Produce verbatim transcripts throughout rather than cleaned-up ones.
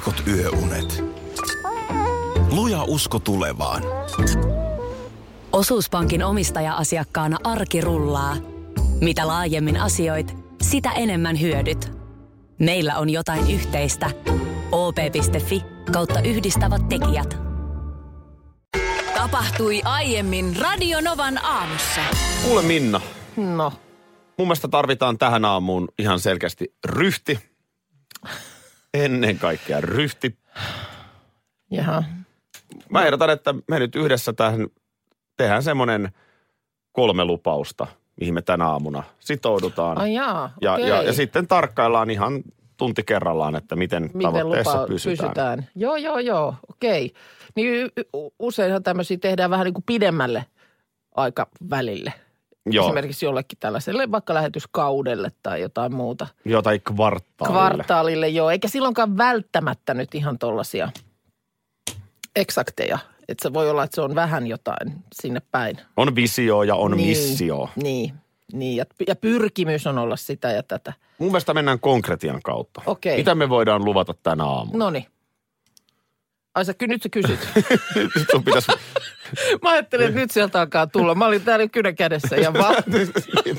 heikot yöunet. Luja usko tulevaan. Osuuspankin omistaja-asiakkaana arki rullaa. Mitä laajemmin asioit, sitä enemmän hyödyt. Meillä on jotain yhteistä. o p piste f i kautta yhdistävät tekijät. Tapahtui aiemmin Radio Novan aamussa. Kuule Minna. No. Mun mielestä tarvitaan tähän aamuun ihan selkeästi ryhti. Ennen kaikkea ryhti. Jaha. Mä ehdotan, että me nyt yhdessä tähän tehdään semmoinen kolme lupausta, mihin me tänä aamuna sitoudutaan. Ai jaa, ja, okei. ja, ja sitten tarkkaillaan ihan tunti kerrallaan, että miten, miten tavoitteessa lupa- pysytään. pysytään. Joo, joo, joo, okei. Niin useinhan tämmöisiä tehdään vähän niin kuin pidemmälle aikavälille. Joo. Esimerkiksi jollekin tällaiselle vaikka lähetyskaudelle tai jotain muuta. Jotain kvartaalille. Kvartaalille, joo. Eikä silloinkaan välttämättä nyt ihan tollaisia eksakteja. Että se voi olla, että se on vähän jotain sinne päin. On visio ja on niin, missio. Niin, niin. Ja, ja pyrkimys on olla sitä ja tätä. Mun mielestä mennään konkretian kautta. Okei. Mitä me voidaan luvata tänä aamuna? Noniin. Ai sä, nyt sä kysyt. Nyt sun pitäisi... Mä ajattelin, että nyt sieltä alkaa tulla. Mä olin täällä kynä kädessä ja valmiina.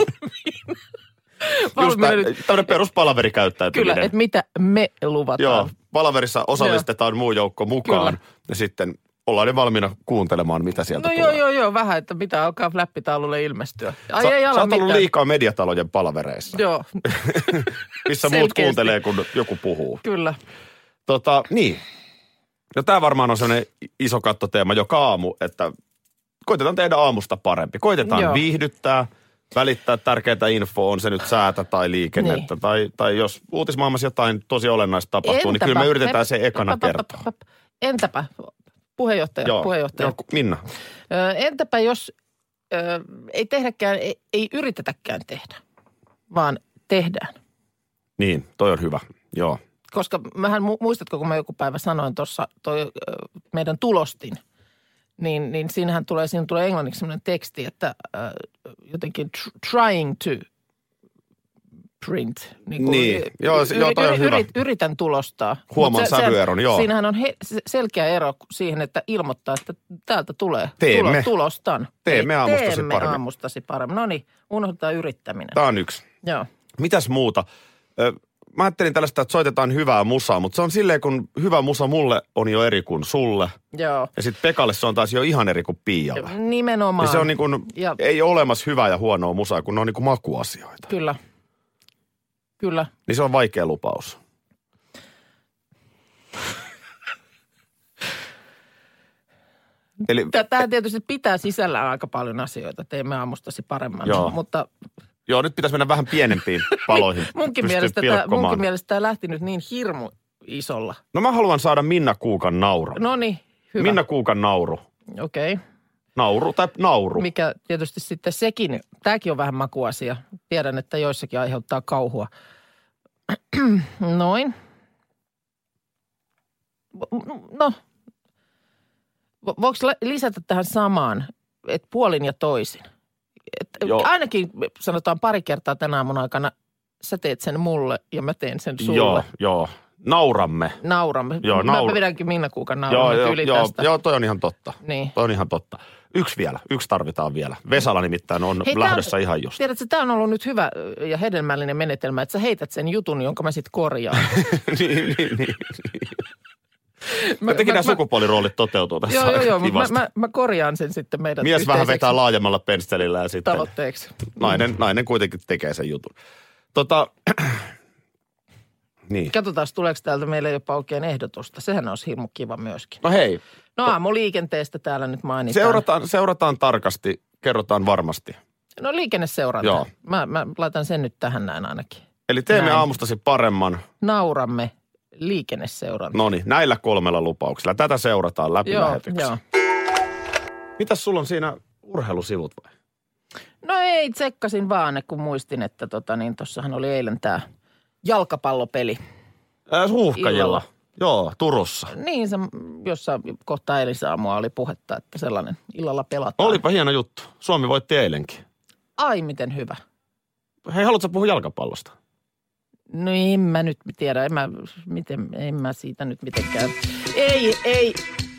Just tämmöinen peruspalaverikäyttäytyminen. Kyllä, että mitä me luvataan. Joo, palaverissa osallistetaan muu joukko mukaan. Kyllä. Ja sitten ollaan ne valmiina kuuntelemaan, mitä sieltä no tulee. No joo, joo, joo, vähän, että mitä alkaa fläppitaululle ilmestyä. Ai, Sä, ei ala sä oot ollut mitään. liikaa mediatalojen palavereissa. Joo. Missä muut kuuntelee, kun joku puhuu. Kyllä. Tota, niin. No tää varmaan on sellainen iso kattoteema joka aamu, että koitetaan tehdä aamusta parempi. Koitetaan Joo. viihdyttää, välittää tärkeää infoa, on se nyt säätä tai liikennettä. Niin. Tai, tai jos uutismaailmassa jotain tosi olennaista tapahtuu, Entäpä? niin kyllä me yritetään se Hep, ekana pap, pap, kertoa. pap, pap. Entäpä, puheenjohtaja, Joo, puheenjohtaja. joo, Minna. Ö, entäpä jos ö, ei tehdäkään, ei, ei yritetäkään tehdä, vaan tehdään. Niin, toi on hyvä, joo. Koska mähän, muistatko, kun mä joku päivä sanoin tuossa toi meidän tulostin, niin, niin siinähän tulee, siinä tulee englanniksi sellainen teksti, että äh, jotenkin tr- trying to print. Niin, niin. joo, y- joo, toi on y- hyvä. Yrit, yritän tulostaa. Huomaan se, sävyeron, joo. Siinähän on he, selkeä ero siihen, että ilmoittaa, että täältä tulee. Teemme. Tulo, tulostan. Teemme aamustasi Teemme paremmin. aamustasi paremmin. No niin, unohdetaan yrittäminen. Tämä on yksi. Joo. Mitäs muuta? Ö, Mä ajattelin tällaista, että soitetaan hyvää musaa, mutta se on silleen, kun hyvä musa mulle on jo eri kuin sulle. Joo. Ja sitten Pekalle se on taas jo ihan eri kuin Piialle. Nimenomaan. Ja se on niin kuin, ja. ei ole olemassa hyvää ja huonoa musaa, kun ne on niin kuin makuasioita. Kyllä. Kyllä. Niin se on vaikea lupaus. Eli, Tämä tietysti pitää sisällään aika paljon asioita. Teemme aamustasi paremman. Joo. Mutta joo, nyt pitäisi mennä vähän pienempiin paloihin. munkin, mielestä tämä, munkin mielestä tämä lähti nyt niin hirmu isolla. No mä haluan saada Minna Kuukan nauran. No niin, hyvä. Minna Kuukan nauru. Okei. Okay. Nauru tai nauru. Mikä tietysti sitten sekin, tämäkin on vähän makuasia. Tiedän, että joissakin aiheuttaa kauhua. Noin. No, voiko lisätä tähän samaan, että puolin ja toisin? Et ainakin sanotaan pari kertaa tänä aamun aikana, sä teet sen mulle ja mä teen sen sulle. Joo, joo. Nauramme. Nauramme. Joo, mä naur... pidänkin Minna Kuukan nauramme joo, yli joo, tästä. Joo, toi on ihan totta. Niin. Toi on ihan totta. Yksi vielä, yksi tarvitaan vielä. Vesala nimittäin on Hei, lähdössä on, ihan just. Tiedätkö, tämä on ollut nyt hyvä ja hedelmällinen menetelmä, että sä heität sen jutun, jonka mä sitten korjaan. niin, niin, niin, niin. Jotenkin nämä sukupuoliroolit toteutuu tässä joo, joo, joo, mutta mä, mä, mä korjaan sen sitten meidän mies vähän vetää laajemmalla pensselillä ja sitten tavoitteeksi. Nainen, nainen kuitenkin tekee sen jutun. Tota, niin. Katsotaan, tuleeko täältä meille jopa oikein ehdotusta. Sehän olisi hirmu kiva myöskin. No hei. No aamuliikenteestä täällä nyt mainitaan. Seurataan, seurataan tarkasti, kerrotaan varmasti. No liikenneseuranta. Joo. Mä, mä laitan sen nyt tähän näin ainakin. Eli teemme näin. Aamustasi paremman. Nauramme liikenneseuranta. No niin, näillä kolmella lupauksilla. Tätä seurataan läpi joo, lähetyksen. Joo. Mitäs sulla on siinä urheilusivut vai? No ei, tsekkasin vaan, kun muistin, että tota niin, tossahan oli eilen tää jalkapallopeli. Ää, Huuhkajilla. Illalla. Joo, Turussa. Niin, se jossain kohtaa eilisaamua oli puhetta, että sellainen illalla pelataan. Olipa hieno juttu. Suomi voitti eilenkin. Ai, miten hyvä. Hei, haluatko puhua jalkapallosta? No en mä nyt tiedä, en mä, miten, en mä siitä nyt mitenkään. Ei, ei.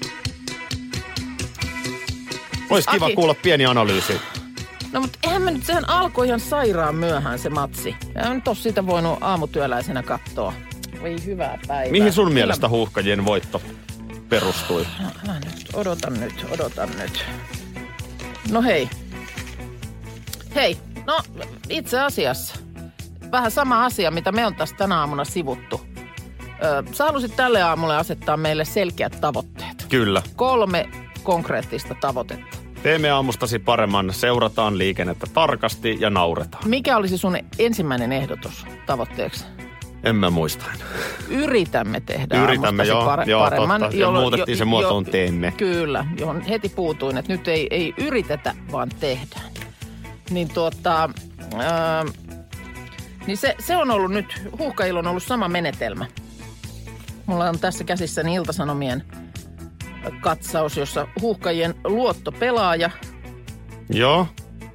Olisi kiva Aki. kuulla pieni analyysi. No mutta eihän mä nyt, sehän alkoi ihan sairaan myöhään se matsi. En nyt ole sitä voinut aamutyöläisenä katsoa. Voi hyvää päivää. Mihin sun Millä... mielestä Huuhkajien voitto perustui? No, älä nyt, odotan nyt, odotan nyt. No hei. Hei, no itse asiassa vähän sama asia, mitä me on tässä tänä aamuna sivuttu. Ö, sä halusit tälle aamulle asettaa meille selkeät tavoitteet. Kyllä. Kolme konkreettista tavoitetta. Teemme aamustasi paremman, seurataan liikennettä tarkasti ja nauretaan. Mikä olisi sun ensimmäinen ehdotus tavoitteeksi? En mä muista. Yritämme tehdä Yritämme, aamustasi joo, pare- joo, paremman. totta. Ja muutettiin se muotoon teemme. Kyllä, johon heti puutuin, että nyt ei, ei yritetä, vaan tehdään. Niin tuota, ää, niin se, se on ollut nyt, Huuhkajilla on ollut sama menetelmä. Mulla on tässä käsissäni Ilta-Sanomien katsaus, jossa Huuhkajien luottopelaaja, Joo.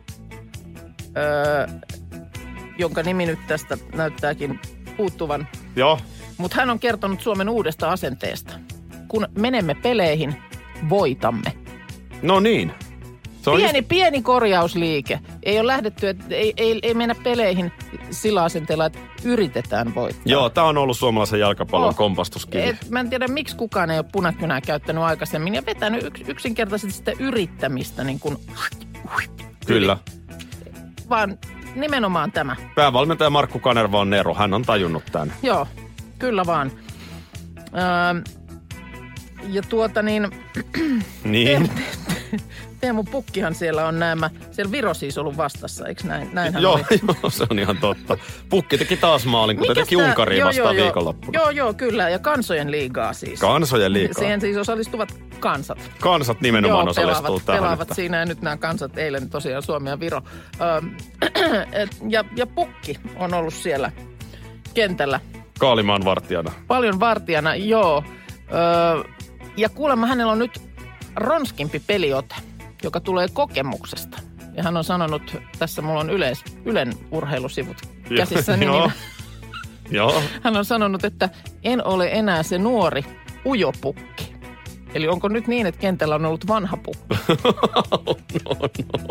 öö, jonka nimi nyt tästä näyttääkin puuttuvan. Joo. Mutta hän on kertonut Suomen uudesta asenteesta. Kun menemme peleihin, voitamme. No niin. Se on Pieni, just... pieni korjausliike. Ei ole lähdetty, että ei, ei, ei mennä peleihin sillä asenteella, että yritetään voittaa. Joo, tää on ollut suomalaisen jalkapallon Oh. kompastuskivi. Et, mä en tiedä, miksi kukaan ei ole punakynää käyttänyt aikaisemmin ja vetänyt yks, yksinkertaisesti sitä yrittämistä niin kuin... Kyllä. Vaan nimenomaan tämä. Päävalmentaja Markku Kanerva on Nero. Hän on tajunnut tämän. Joo, kyllä vaan. Öö, ja tuota niin... Niin. Teemu Pukkihan siellä on nämä, siellä Viro siis ollut vastassa, eikö näin? Näinhän Joo, oli. joo, se on ihan totta. Pukki teki taas maalin, kuten Mikäs teki tää- Unkariin joo, vastaan joo, viikonloppuna. Joo, joo, kyllä. Ja kansojen liigaa siis. Kansojen liigaa. Siihen siis osallistuvat kansat. Kansat nimenomaan joo, osallistuu pelaavat, tähän. pelaavat Että... siinä ja nyt nämä kansat eilen tosiaan Suomi ja Viro. Öö, et, ja, ja Pukki on ollut siellä kentällä. Kaalimaan vartijana. Paljon vartijana, joo. Öö, ja kuulemma hänellä on nyt ronskimpi peliote, joka tulee kokemuksesta. Ja hän on sanonut, tässä mulla on yleis, Ylen urheilusivut käsissäni, Joo. niin Joo. hän on sanonut, että en ole enää se nuori ujopukki. Eli onko nyt niin, että kentällä on ollut vanha pukki? no, no.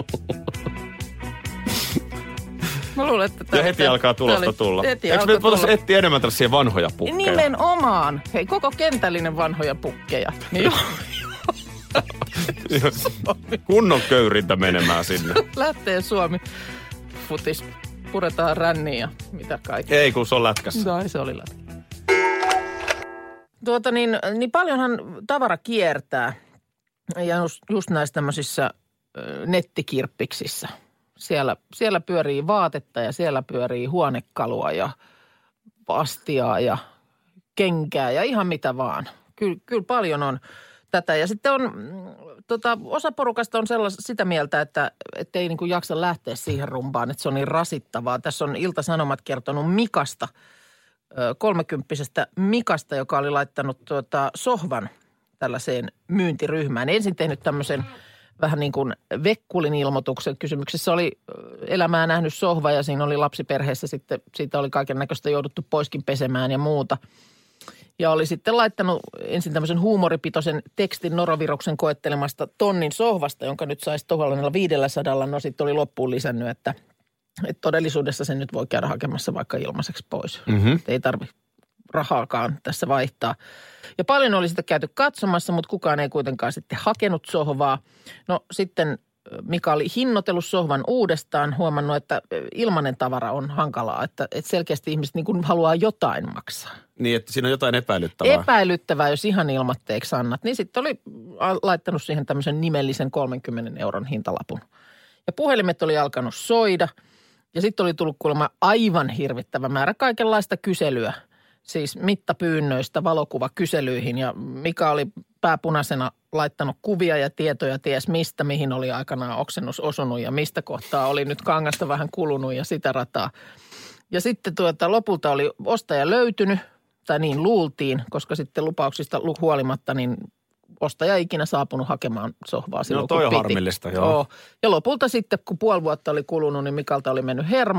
Mä luulen, että tämä, Ja heti tämä, alkaa tulosta tämä oli- tulla. Heti Eikö alkaa me voitaisiin tulla. etsiä enemmän tällaisia vanhoja pukkeja? Nimenomaan. Hei, koko kentällinen vanhoja pukkeja. Niin joo, Kunnon köyrintä menemään sinne. lähtee Suomi. Futis, puretaan ränniin ja mitä kaikkea. Ei, kun se on lätkässä. Ai, se oli lätkä. Tuota niin, niin paljonhan tavara kiertää. Ja just, just näissä tämmöisissä ö, nettikirppiksissä. Siellä, siellä pyörii vaatetta ja siellä pyörii huonekalua ja astiaa ja kenkää ja ihan mitä vaan. Kyllä, kyllä paljon on tätä. Ja sitten on, mm, tota, osa porukasta on sellais, sitä mieltä, että ei niin kuin jaksa lähteä siihen rumpaan, että se on niin rasittavaa. Tässä on Ilta-Sanomat kertonut Mikasta, ö, kolmekymppisestä Mikasta, joka oli laittanut tuota, sohvan tällaiseen myyntiryhmään. Ensin tehnyt tämmöisen vähän niin kuin vekkulin ilmoituksen. Kysymyksessä oli elämää nähnyt sohva ja siinä oli lapsiperheessä sitten, siitä oli kaiken näköistä jouduttu poiskin pesemään ja muuta. Ja oli sitten laittanut ensin tämmöisen huumoripitoisen tekstin noroviruksen koettelemasta tonnin sohvasta, jonka nyt saisi tuolla viidellä sadalla. No sitten oli loppuun lisännyt, että, että todellisuudessa sen nyt voi käydä hakemassa vaikka ilmaiseksi pois. Mm-hmm. Ei tarvitse rahaakaan tässä vaihtaa. Ja paljon oli sitä käyty katsomassa, mutta kukaan ei kuitenkaan sitten hakenut sohvaa. No sitten Mika oli hinnoitellut sohvan uudestaan, huomannut, että ilmainen tavara on hankalaa, että, että selkeästi ihmiset niin kuin haluaa jotain maksaa. Niin, että siinä on jotain epäilyttävää. Epäilyttävää, jos ihan ilmatteeksi annat. Niin sitten oli laittanut siihen tämmöisen nimellisen kolmenkymmenen euron hintalapun. Ja puhelimet oli alkanut soida ja sitten oli tullut kuulemma aivan hirvittävä määrä kaikenlaista kyselyä. Siis mittapyynnöistä valokuvakyselyihin ja Mika oli pääpunaisena laittanut kuvia ja tietoja ties mistä, mihin oli aikanaan oksennus osunut ja mistä kohtaa oli nyt kangasta vähän kulunut ja sitä rataa. Ja sitten tuota, lopulta oli ostaja löytynyt, tai niin luultiin, koska sitten lupauksista huolimatta niin ostaja ei ikinä saapunut hakemaan sohvaa silloin, no toi kun on piti. harmillista, joo. joo. Ja lopulta sitten, kun puoli vuotta oli kulunut, niin Mikalta oli mennyt hermo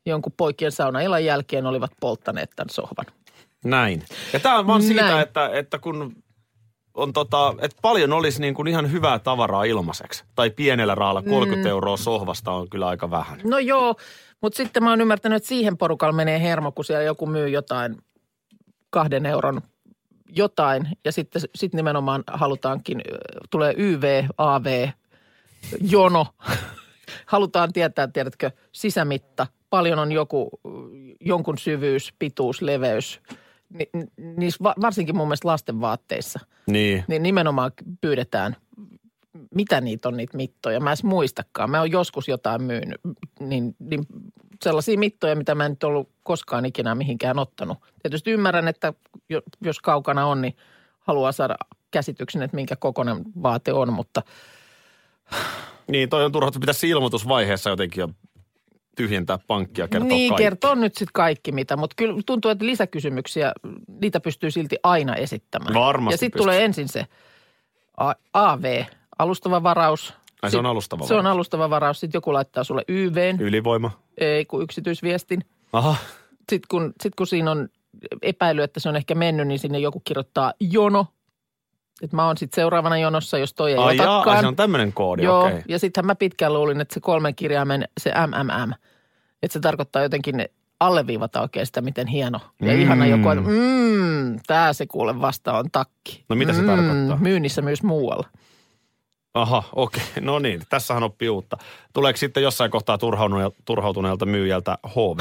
jonkun poikien saunaillan jälkeen olivat polttaneet tämän sohvan. Näin. Ja tämä on vaan siitä, Näin. että, että kun on tota, että paljon olisi niin kuin ihan hyvää tavaraa ilmaiseksi. Tai pienellä rahalla kolmekymmentä mm. euroa sohvasta on kyllä aika vähän. No joo, mutta sitten mä oon ymmärtänyt, että siihen porukalla menee hermo, kun siellä joku myy jotain kahden euron jotain. Ja sitten sit nimenomaan halutaankin, tulee Y V, A V, jono. Halutaan tietää, tiedätkö, sisämitta. Paljon on joku, jonkun syvyys, pituus, leveys. Ni, niissä varsinkin mun mielestä lasten vaatteissa. Niin. Niin nimenomaan pyydetään, mitä niitä on niitä mittoja. Mä en edes muistakaan. Mä oon joskus jotain myynyt, niin, niin sellaisia mittoja, mitä mä en nyt ollut koskaan ikinä mihinkään ottanut. Tietysti ymmärrän, että jos kaukana on, niin haluaa saada käsityksen, että minkä kokoinen vaate on, mutta... Niin, toi on turha, että pitäisi ilmoitusvaiheessa jotenkin jo tyhjentää pankkia, kertoa niin, kaikki. kertoo nyt sitten kaikki mitä, mutta kyllä tuntuu, että lisäkysymyksiä, niitä pystyy silti aina esittämään. Varmasti ja sitten pystyy. tulee ensin se A- A V, alustava varaus. Ai se on alustava varaus? Se on alustava varaus. Sitten joku laittaa sulle Y V:n. Ylivoima? Ei, kun yksityisviestin. Aha. Sitten kun, sit kun siinä on epäily, että se on ehkä mennyt, niin sinne joku kirjoittaa jono. Että mä oon sitten seuraavana jonossa, jos toi ei ai otakaan. Jaa, se on tämmöinen koodi, Joo, okei. ja sittenhän mä pitkään luulin, että se kolmen kirjaimen, se M M M, että se tarkoittaa jotenkin alleviivata oikein sitä, miten hieno. Ja Mm. ihana joku, että mmm, tää se kuule vasta on takki. No mitä se tarkoittaa? Myynnissä myös muualla. Aha, okei. No niin, tässähän oppii uutta. Tuleeko sitten jossain kohtaa turhautuneelta myyjältä H V?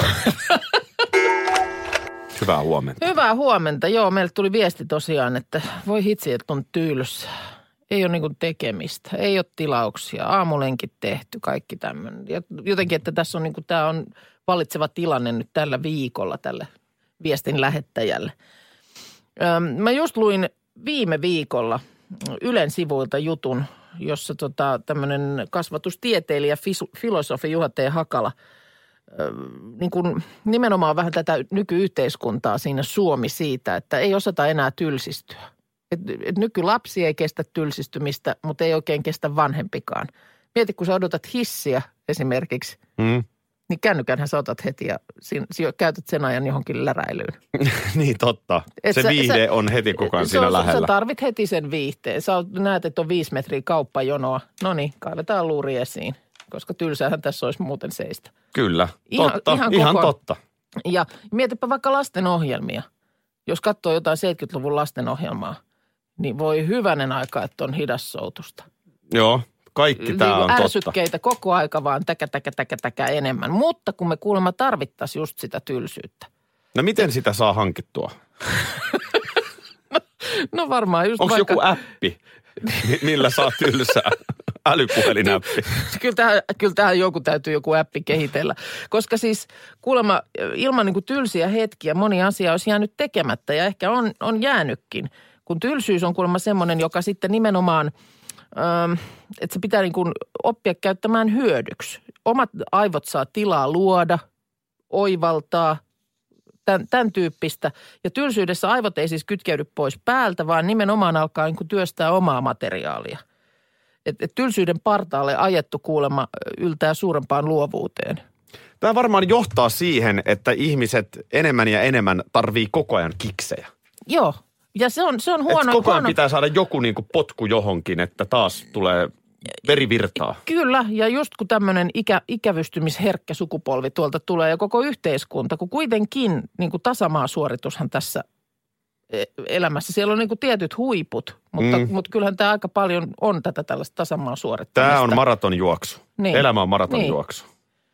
Hyvää huomenta. Hyvää huomenta. Joo, meille tuli viesti tosiaan, että voi hitsi, että on tylsä. Ei ole niin kuin tekemistä, ei ole tilauksia, aamulenkit tehty, kaikki tämmöinen. Ja jotenkin, että tässä on niin kuin, tämä on valitseva tilanne nyt tällä viikolla tälle viestin lähettäjälle. Öm, mä just luin viime viikolla Ylen sivuilta jutun, jossa tota, tämmöinen kasvatustieteilijä, fisu, filosofi Juha T. Hakala niin kuin nimenomaan vähän tätä nykyyhteiskuntaa siinä suomi siitä, että ei osata enää tylsistyä. Et, et nykylapsi ei kestä tylsistymistä, mutta ei oikein kestä vanhempikaan. Mieti, kun sä odotat hissiä esimerkiksi, Mm. niin kännykänhän sä otat heti ja siinä, käytät sen ajan johonkin läräilyyn. Niin totta. Et se sä- viihde sä- on heti koko ajan Se siinä on- lähellä. Sä tarvit heti sen viihteen. Sä oot- näet, että on viisi metriä kauppajonoa. No niin, kaivetaan luuri esiin, koska tylsähän tässä olisi muuten seistä. Kyllä, Ihan- totta, ihan ihan, koko- totta. Ja mietipä vaikka lastenohjelmia. Jos katsoo jotain seitsemänkymmentäluvun lastenohjelmaa, niin voi hyvänen aika, että on hidassoutusta. Joo, kaikki tämä on totta. Ärsykkeitä koko aika vaan täkä, täkä, täkä, täkä enemmän. Mutta kun me kuulemma tarvittaisiin just sitä tylsyyttä. No miten sitä saa hankittua? No varmaan just Onko vaikka... joku appi, mi- millä saa tylsää? Älypuhelinäppi. Kyllä tähän, kyllä tähän joku täytyy joku appi kehitellä. Koska siis kuulemma ilman niin kuin tylsiä hetkiä moni asia olisi jäänyt tekemättä ja ehkä on, on jäänytkin. Kun tylsyys on kuulemma semmoinen, joka sitten nimenomaan, ähm, että se pitää niin kuin oppia käyttämään hyödyksi. Omat aivot saa tilaa luoda, oivaltaa, tämän, tämän tyyppistä. Ja tylsyydessä aivot ei siis kytkeydy pois päältä, vaan nimenomaan alkaa niin kuin työstää omaa materiaalia. Että et tylsyyden partaalle ajettu kuulemma yltää suurempaan luovuuteen. Tämä varmaan johtaa siihen, että ihmiset enemmän ja enemmän tarvii koko ajan kiksejä. Joo, ja se on, se on huono. Että koko ajan huono. pitää saada joku niinku potku johonkin, että taas tulee verivirtaa. Kyllä, ja just kun tämmöinen ikä, ikävystymisherkkä sukupolvi tuolta tulee ja koko yhteiskunta, kun kuitenkin niin kuin tasamaasuoritushan tässä e- elämässä. Siellä on niin kuin tietyt huiput, mutta, Mm. mutta kyllähän tämä aika paljon on tätä tällaista tasamaasuorittamista. Tämä on maratonjuoksu. Niin. Elämä on maratonjuoksu.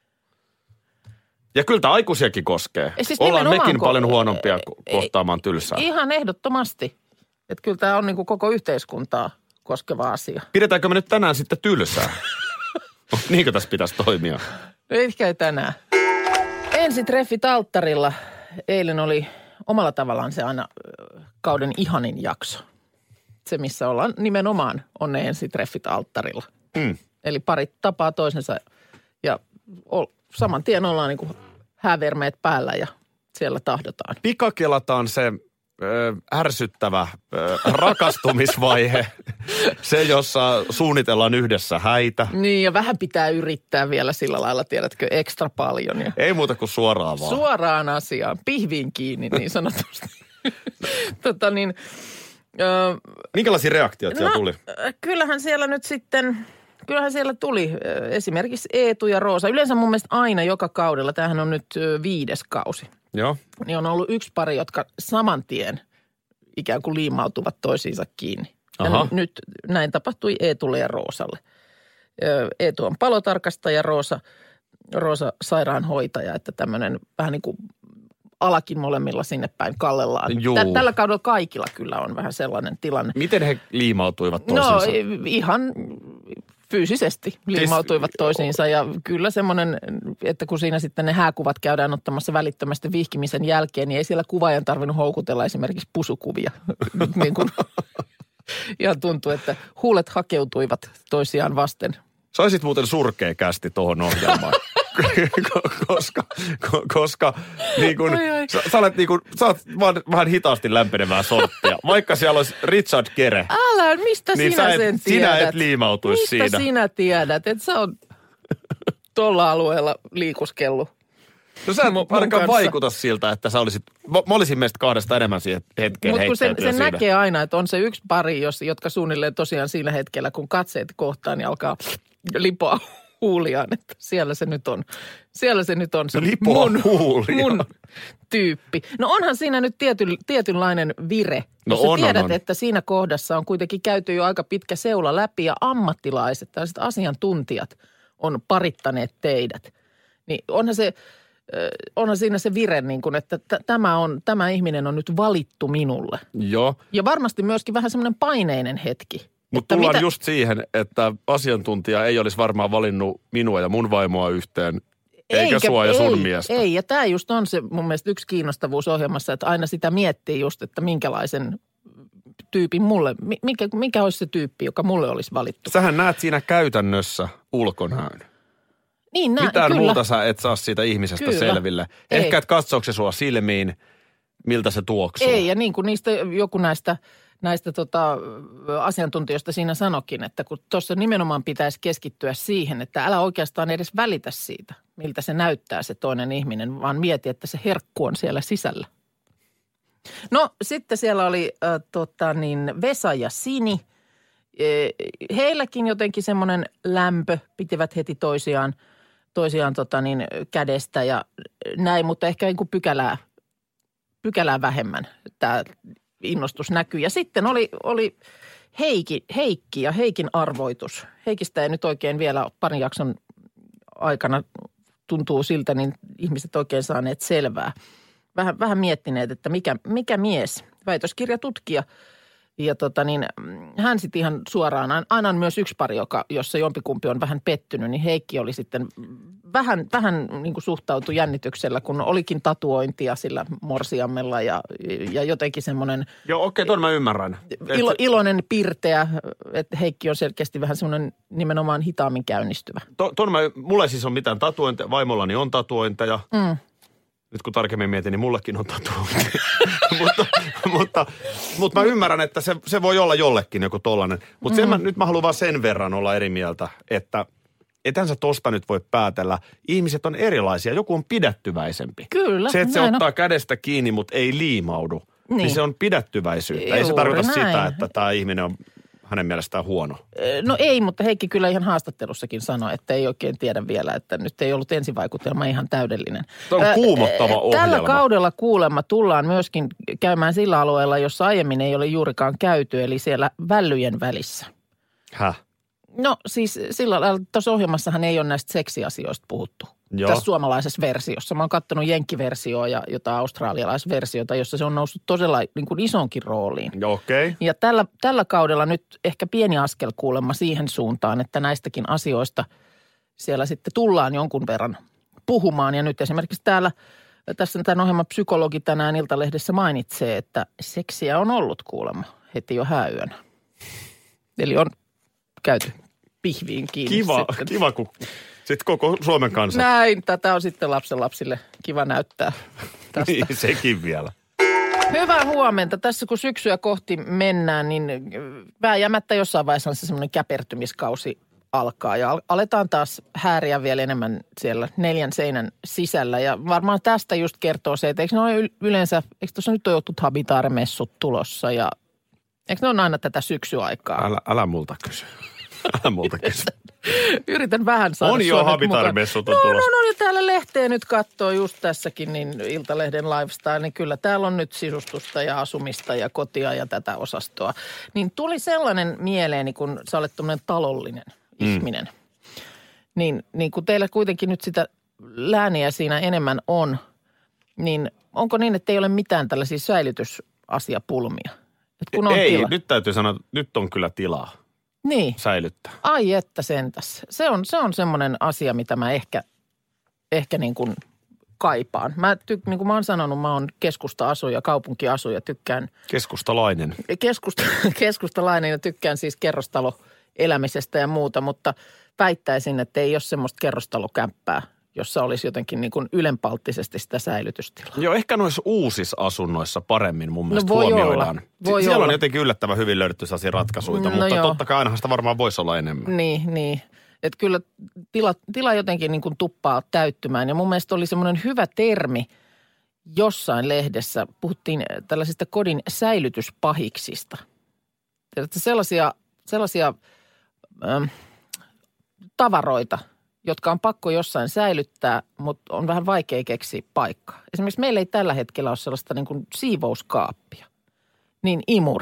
Ja kyllä tämä aikuisiakin koskee. Ja siis Ollaan nimenomaan, mekin kun- paljon huonompia ko- ei- kohtaamaan tylsää. Ihan ehdottomasti. Että kyllä tämä on niin kuin koko yhteiskuntaa koskeva asia. Pidetäänkö me nyt tänään sitten tylsää? Niinkö tässä pitäisi toimia? Ehkä ei tänään. Ensi treffit alttarilla. Eilen oli omalla tavallaan se aina ö, kauden ihanin jakso. Se, missä ollaan nimenomaan on ne ensi treffit alttarilla. Mm. Eli parit tapaa toisensa ja ol, saman tien ollaan niin kuin häävermeet päällä ja siellä tahdotaan. Pikakelataan se ö, ärsyttävä ö, rakastumisvaihe. Se, jossa suunnitellaan yhdessä häitä. Niin, ja vähän pitää yrittää vielä sillä lailla, tiedätkö, ekstra paljon. Ja ei muuta kuin suoraan vaan. Suoraan asiaan, pihviin kiinni niin sanotusti. tota niin, ö, minkälaisia reaktioita no, siellä tuli? Kyllähän siellä nyt sitten, kyllähän siellä tuli esimerkiksi Eetu ja Roosa. Yleensä mun mielestä aina joka kaudella, tämähän on nyt viides kausi. Joo. Niin on ollut yksi pari, jotka saman tien ikään kuin liimautuvat toisiinsa kiinni. Ja nyt näin tapahtui Eetulle ja Roosalle. Eetu on palotarkastaja, Roosa, Roosa sairaanhoitaja, että tämmöinen vähän niin kuin alakin molemmilla sinne päin kallellaan. Tä, tällä kaudella kaikilla kyllä on vähän sellainen tilanne. Miten he liimautuivat toisiinsa? No ihan fyysisesti liimautuivat toisiinsa ja kyllä semmoinen, että kun siinä sitten ne hääkuvat käydään ottamassa välittömästi vihkimisen jälkeen, niin ei siellä kuvaajan tarvinnut houkutella esimerkiksi pusukuvia. niin kuin ihan tuntuu, että huulet hakeutuivat toisiaan vasten. Saisit muuten surkea kästi tuohon ohjelmaan. koska, koska niin kun, sä, sä olet niin kun, sä oot vaan, vähän hitaasti lämpenevää sorttia. Vaikka siellä olisi Richard Gere. Älä, mistä niin sinä et, sen sinä tiedät? et liimautuisi mistä siinä. Mistä sinä tiedät, että sä oot tuolla alueella liikuskellut? No sä et ainakaan vaikuta siltä, että sä olisit, mä, mä olisin meistä kahdesta enemmän siihen hetkeen Mutta kun se, se siinä. näkee aina, että on se yksi pari, jos, jotka suunnilleen tosiaan siinä hetkellä, kun katseet kohtaan, niin alkaa lipoa huuliaan, että siellä se nyt on. Siellä se nyt on se mun, mun tyyppi. No onhan siinä nyt tiety, tietynlainen vire. No jos on, sä tiedät, on, on. että siinä kohdassa on kuitenkin käyty jo aika pitkä seula läpi ja ammattilaiset, tällaiset asiantuntijat on parittaneet teidät. Niin onhan se, onhan siinä se vire niin kuin, että t- tämä, on, tämä ihminen on nyt valittu minulle. Joo. Ja varmasti myöskin vähän semmoinen paineinen hetki. Mutta tullaan mitä just siihen, että asiantuntija ei olisi varmaan valinnut minua ja mun vaimoa yhteen, eikä, eikä sua ja sun ei, miestä. Ei, ja tämä just on se mun mielestä yksi kiinnostavuus ohjelmassa, että aina sitä miettii just, että minkälaisen tyypin mulle, mikä, mikä olisi se tyyppi, joka mulle olisi valittu. Sähän näet siinä käytännössä ulkonäön. Niin, nä, mitään kyllä. muuta sä et saa siitä ihmisestä kyllä. selville. Ei. Ehkä et katsoako se sua silmiin, miltä se tuoksuu. Ei, ja niin kuin niistä joku näistä... näistä tota, asiantuntijoista siinä sanokin, että kun tuossa nimenomaan pitäisi keskittyä siihen, että älä oikeastaan edes välitä siitä, miltä se näyttää se toinen ihminen, vaan mieti, että se herkku on siellä sisällä. No sitten siellä oli äh, tota niin, Vesa ja Sini. E, heilläkin jotenkin semmoinen lämpö, pitivät heti toisiaan, toisiaan tota niin, kädestä ja näin, mutta ehkä niin kuin pykälää, pykälää vähemmän tämä innostus näkyy. Ja sitten oli, oli Heikki, Heikki ja Heikin arvoitus. Heikistä ei nyt oikein vielä parin jakson aikana tuntuu siltä, niin ihmiset oikein saaneet selvää. Vähän, vähän miettineet, että mikä, mikä mies, väitöskirjatutkija. Ja tota niin, hän sitten ihan suoraan, aina on myös yksi pari, joka, jossa jompikumpi on vähän pettynyt, niin Heikki oli sitten vähän, vähän niin kuin suhtautui jännityksellä, kun olikin tatuointia sillä morsiammella ja, ja jotenkin semmoinen... Joo, okei, tuon mä ymmärrän. Ilo, iloinen, pirteä, että Heikki on selkeästi vähän semmoinen nimenomaan hitaammin käynnistyvä. To, tuon mä, mulla ei siis ole mitään tatuointeja, vaimollani on tatuointeja. Mm. Nyt kun tarkemmin mietin, niin mullekin on tatuointi. mutta, mutta, mutta mä ymmärrän, että se, se voi olla jollekin joku tollainen. Mutta mm. nyt mä haluan vaan sen verran olla eri mieltä, että etän sä tosta nyt voi päätellä. Ihmiset on erilaisia. Joku on pidättyväisempi. Kyllä. Se, että se näin ottaa on. kädestä kiinni, mutta ei liimaudu. Niin, niin se on pidättyväisyyttä. Juuri ei se tarkoita näin. sitä, että tämä ihminen on hänen mielestään huono. No ei, mutta Heikki kyllä ihan haastattelussakin sanoi, että ei oikein tiedä vielä, että nyt ei ollut ensivaikutelma ihan täydellinen. Tämä on kuumottava ohjelma. Tällä kaudella kuulemma tullaan myöskin käymään sillä alueella, jossa aiemmin ei ole juurikaan käyty, eli siellä vällyjen välissä. Häh? No siis sillä lailla, tuossa ohjelmassahan ei ole näistä seksiasioista puhuttu. Joo. Tässä suomalaisessa versiossa. Mä oon katsonut jenkkiversioa ja jotain australialaisversiota, jossa se on noussut todella niin kuin isonkin rooliin. Okei. Okay. Ja tällä, tällä kaudella nyt ehkä pieni askel kuulemma siihen suuntaan, että näistäkin asioista siellä sitten tullaan jonkun verran puhumaan. Ja nyt esimerkiksi täällä, tässä tämän ohjelman psykologi tänään Iltalehdessä mainitsee, että seksiä on ollut kuulemma heti jo hääyönä. Eli on käyty pihviin kiinni. Kiva, sitten. kiva kun sitten koko Suomen kanssa. Näin, tätä on sitten lapsen lapsille kiva näyttää tästä. Niin, sekin vielä. Hyvää huomenta. Tässä kun syksyä kohti mennään, niin vääjäämättä jossain vaiheessa se semmoinen käpertymiskausi alkaa. Ja aletaan taas hääriä vielä enemmän siellä neljän seinän sisällä. Ja varmaan tästä just kertoo se, että eikö ne ole yleensä, eikö tuossa nyt ole jotkut habitaaremessut tulossa ja eikö ne ole aina tätä syksyaikaa? Älä, älä multa kysy. Älä multa kysy. Yritän vähän saada on jo habitaaremessut on no, tulossa. No, no, ja täällä lehteä nyt katsoo just tässäkin, niin Iltalehden Lifestyle, niin kyllä täällä on nyt sisustusta ja asumista ja kotia ja tätä osastoa. Niin tuli sellainen mieleeni, kun sä olet tämmöinen talollinen mm. ihminen. Niin, niin kun teillä kuitenkin nyt sitä lääniä siinä enemmän on, niin onko niin, että ei ole mitään tällaisia säilytysasiapulmia? Et kun on ei, tila. Nyt täytyy sanoa, että nyt on kyllä tilaa. Niin. Säilyttää. Ai että sentäs. Se on, se on semmoinen asia, mitä mä ehkä, ehkä niin kuin kaipaan. Mä, tyk, niin kuin mä oon sanonut, mä oon keskusta-asuja, kaupunkiasuja, tykkään. Keskustalainen. Keskusta, keskustalainen ja tykkään siis kerrostaloelämisestä ja muuta, mutta väittäisin, että ei ole semmoista kerrostalokämppää, jossa olisi jotenkin niin kuin ylenpalttisesti sitä säilytystilaa. Joo, ehkä noissa uusissa asunnoissa paremmin mun mielestä no voi huomioidaan. Olla. Voi Siellä olla. on jotenkin yllättävän hyvin löydetty sellaisia ratkaisuja, no mutta joo. Totta kai ainahan sitä varmaan voisi olla enemmän. Niin, niin. Että kyllä tila, tila jotenkin niin kuin tuppaa täyttymään ja mun mielestä oli semmoinen hyvä termi jossain lehdessä. Puhuttiin tällaisista kodin säilytyspahiksista. Tiedätkö, sellaisia, sellaisia ähm, tavaroita, jotka on pakko jossain säilyttää, mutta on vähän vaikea keksiä paikkaa. Esimerkiksi meillä ei tällä hetkellä ole sellaista niin kuin siivouskaappia, niin imuri.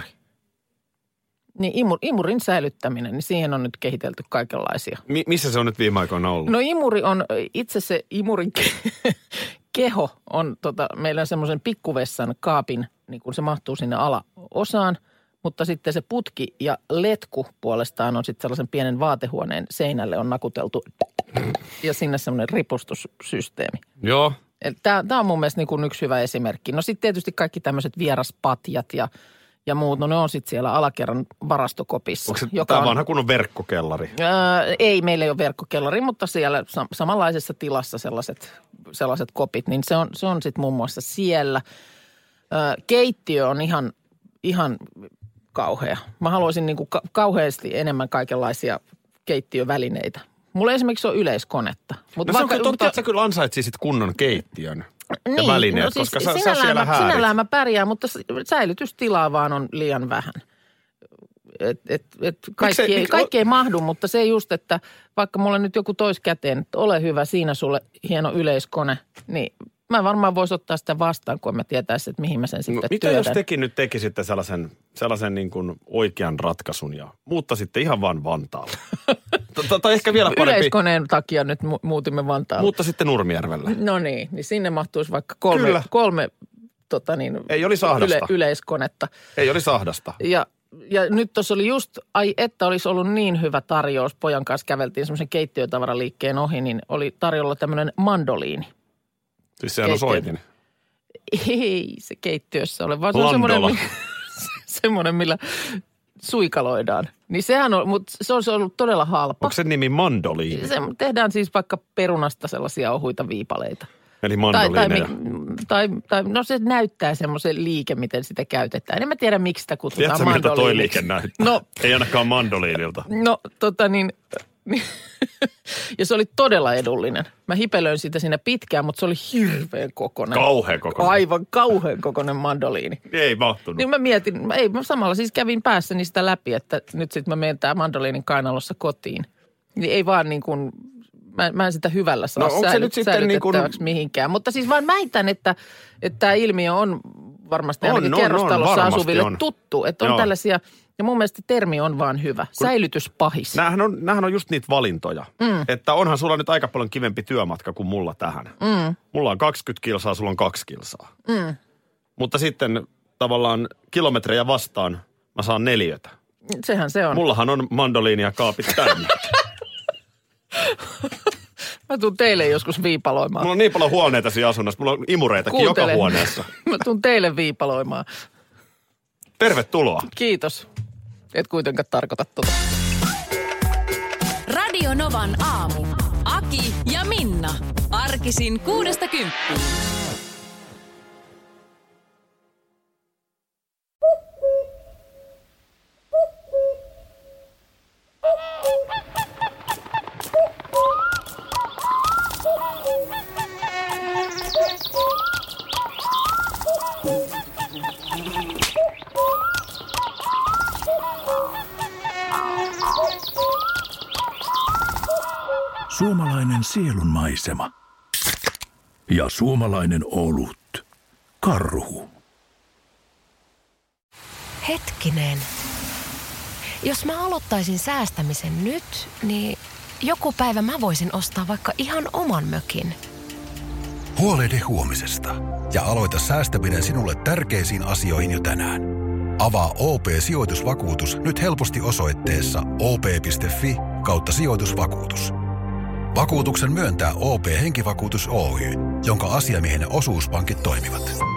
Niin imur, imurin säilyttäminen, niin siihen on nyt kehitelty kaikenlaisia. Mi- missä se on nyt viime aikoina ollut? No imuri on, itse se imurin ke- keho on tota, meillä on semmoisen pikkuvessan kaapin, niin kun se mahtuu sinne alaosaan. Mutta sitten se putki ja letku puolestaan on sitten sellaisen pienen vaatehuoneen seinälle on nakuteltu ja sinne semmoinen ripustussysteemi. Joo. Tämä on mun mielestä niin kuin yksi hyvä esimerkki. No sitten tietysti kaikki tämmöiset vieraspatjat ja, ja muut, no ne on sitten siellä alakerran varastokopissa. Onko se tämä vanha kunnon verkkokellari? Ää, ei, meillä ei ole verkkokellari, mutta siellä sam- samanlaisessa tilassa sellaiset, sellaiset kopit, niin se on, se on sitten muun muassa siellä. Ää, keittiö on ihan, ihan kauhea. Mä haluaisin niin kuin ka- kauheasti enemmän kaikenlaisia keittiövälineitä. Mulla esimerkiksi on yleiskonetta. Mutta no vaikka, se on totta, mutta, että sä kyllä ansaitsisit kunnon keittiön niin, ja välineet, no siis koska sä, sä siellä häärit. Sinällään mä pärjään, mutta säilytystilaa vaan on liian vähän. Et, et, et kaikki, ei, miksi, kaikki ei mahdu, mutta se just, että vaikka mulla nyt joku tois käteen, että ole hyvä, siinä sulle hieno yleiskone, niin mä varmaan vois ottaa sitä vastaan, kun mä tietäisin, että mihin mä sen sitten no, mitä työtän. jos tekin nyt tekisitte sellaisen, sellaisen niin kuin oikean ratkaisun ja muuttaisitte ihan vaan Vantaalle? Tai ehkä vielä parempi. Yleiskoneen takia nyt mu- muutimme Vantaalle. Muuttaisitte Nurmijärvelle. No niin, niin sinne mahtuisi vaikka kolme, kolme tota niin, ei oli sahdasta. Yle, yleiskonetta. Ei oli sahdasta. Ja, ja nyt tuossa oli just, ai että olisi ollut niin hyvä tarjous. Pojan kanssa käveltiin semmoisen keittiötavaraliikkeen ohi, niin oli tarjolla tämmöinen mandoliini. Siis sehän on soitin. Ei se keittiössä ole, vaan se on semmoinen, semmoinen, millä suikaloidaan. Niin sehän on, mutta se on ollut todella halpa. Onko se nimi mandoliini? Se tehdään siis vaikka perunasta sellaisia ohuita viipaleita. Eli mandoliineja. Tai, tai, tai, tai no se näyttää semmoisen liike, miten sitä käytetään. En mä tiedä, miksi sitä kutsutaan mandoliiniksi. Tiedätkö, miltä toi liike näyttää? No, ei ainakaan mandoliinilta. No tota niin, ja se oli todella edullinen. Mä hipelöin sitä siinä pitkään, mutta se oli hirveän kokoinen. Kauhean kokoinen. Aivan kauhean kokoinen mandoliini. Ei mahtunut. Niin mä mietin, ei mä samalla siis kävin päässäni sitä läpi, että nyt sitten mä menen tää mandoliinin kainalossa kotiin. Niin ei vaan niin kuin, mä, mä en sitä hyvällä saa no, säilyt, säilytettäväksi niin mihinkään. Mutta siis vaan väitän, että että tämä ilmiö on varmasti ainakin on, kerrostalossa on, asuville on. tuttu. Että on Joo. tällaisia, ja mun mielestä termi on vaan hyvä. Säilytyspahis. Nämähän on, nämähän on just niitä valintoja. Mm. Että onhan sulla nyt aika paljon kivempi työmatka kuin mulla tähän. Mm. Mulla on kaksikymmentä kilsaa, sulla on kaksi kilsaa. Mm. Mutta sitten tavallaan kilometrejä vastaan mä saan neliötä. Sehän se on. Mullahan on mandoliini ja kaapit täynnä. Mä tuun teille joskus viipaloimaan. Mulla on niin paljon huoneita siinä asunnossa. Mulla on imureitakin Kuuntele. joka huoneessa. Mä tuun teille viipaloimaan. Tervetuloa. Kiitos. Et kuitenkaan tarkoita tuota. Radio Novan aamu. Aki ja Minna. Arkisin kuudesta kymppiin. Suomalainen sielunmaisema. Ja suomalainen olut. Karhu. Hetkinen. Jos mä aloittaisin säästämisen nyt, niin joku päivä mä voisin ostaa vaikka ihan oman mökin. Huolehdi huomisesta ja aloita säästäminen sinulle tärkeisiin asioihin jo tänään. Avaa O P-sijoitusvakuutus nyt helposti osoitteessa o p piste f i kautta sijoitusvakuutus. Vakuutuksen myöntää O P-henkivakuutus Oy, jonka asiamiehen osuuspankit toimivat.